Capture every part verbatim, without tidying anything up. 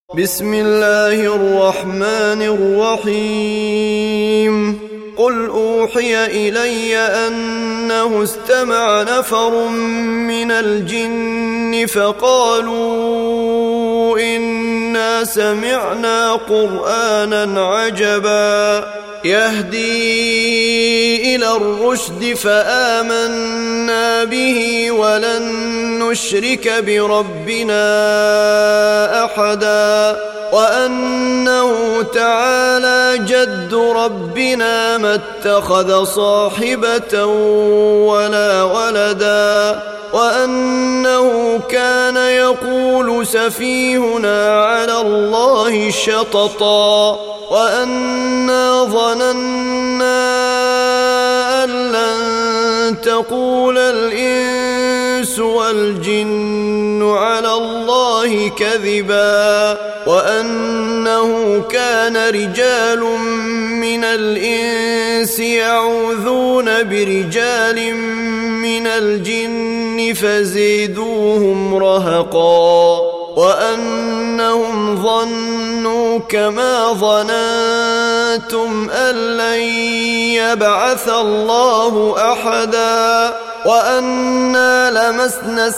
بسم الله الرحمن الرحيم قل أوحي إلي أنه استمع نفر من الجن فقالوا إنا سمعنا قرآنا عجبا يهدي إلى الرشد فآمنا به ولن نشرك بربنا أحدا وأنه تعالى جد ربنا ما اتخذ صاحبة ولا ولدا وأنه كان يقول سفيهنا على الله شططا وأنا ظننا أن لن تقول الإنس والجن على الله كذبا وأنه كان رجال من الإنس يعوذون برجال من الجن فزيدوهم رهقا وأنهم ظنوا كما ظننتم أن لن يبعث الله أحدا وأنا لمسنا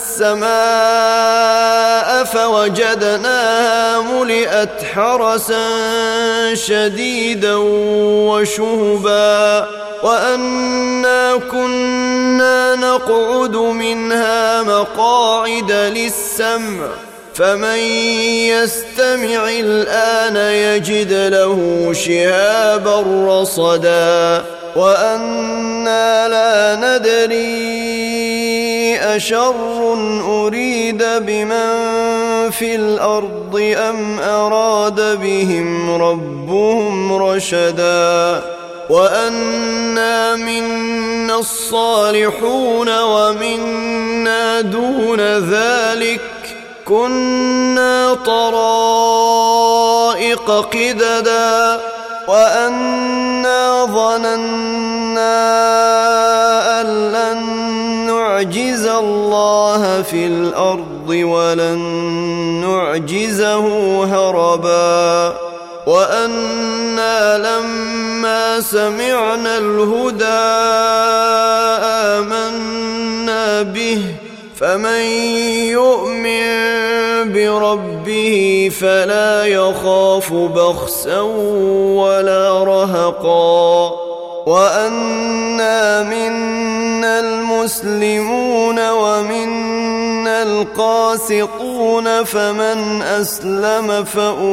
السماء فوجدناها ملئت حرسا شديدا وشهبا وأنا كنا نقعد منها مقاعد للسمع فمن يستمع الآن يجد له شهابا رصدا وأنا لا ندري أشر أريد بمن في الأرض أم أراد بهم ربهم رشدا وأنا منا الصالحون ومنا دون ذلك كنا طرائق قددا وأنا ظننا أن لن نعجز الله في الأرض ولن نعجزه هربا وأنا لما سمعنا الهدى آمنا به فمن يؤمن بربه فلا يخاف بخسا ولا رهقا وأنا منا المسلمون ومنا القاسطون فمن أسلم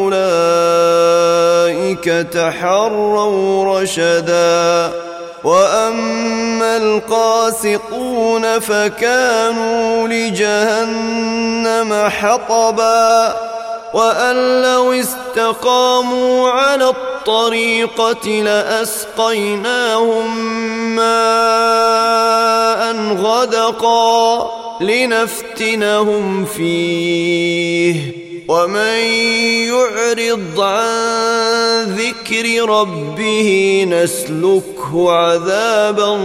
فأولئك تحروا رشدا وأما القاسطون فكانوا لجهنم حطبا وأن لو استقاموا على الطريقة لأسقيناهم ماء غدقا لنفتنهم فيه ومن يعرض عن ذكر ربه نسلكه عذابا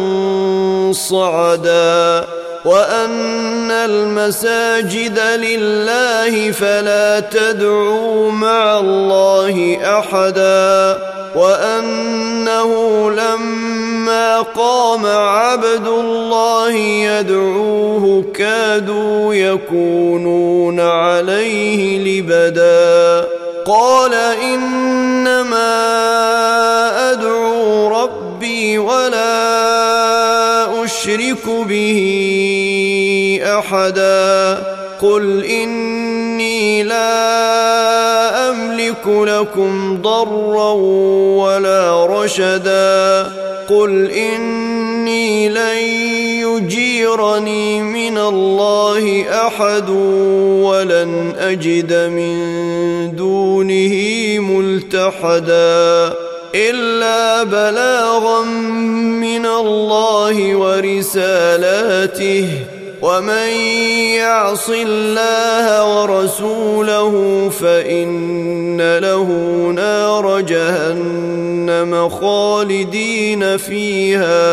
صعدا وأن المساجد لله فلا تدعوا مع الله أحدا وأنه لما قام عبد الله يدعوه كادوا يكونون عليه لبدا قال إنما أدعو ربي ولا أشرك به أحدا قل إني لا أملك لكم ضرا ولا رشدا قل إني لن يجيرني من الله أحد ولن أجد من دونه ملتحدا إلا بلاغا من الله ورسالاته ومن يعص الله ورسوله فإن له نار جهنم خالدين فيها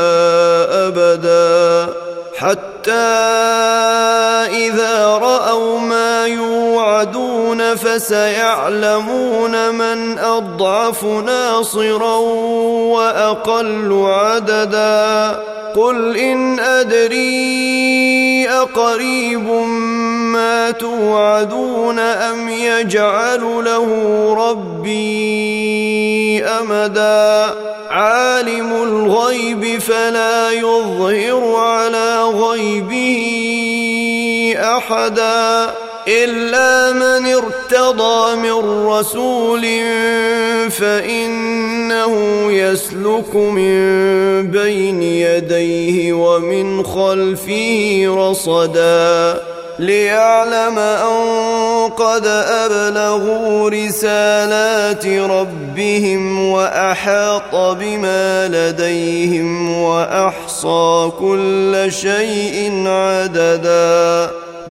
أبدا حتى إذا رأوا ما يوعدون فسيعلمون من أضعف ناصرا وأقل عددا قل إن أدري أقريب ما توعدون أم يجعل له ربي أمدا عالم الغيب فلا يظهر على غيبه أحدا إلا من ارتضى من رسول فإنه يسلك من بين يديه ومن خلفه رصدا ليعلم أن قد أبلغوا رسالات ربهم وأحاط بما لديهم وأحصى كل شيء عددا.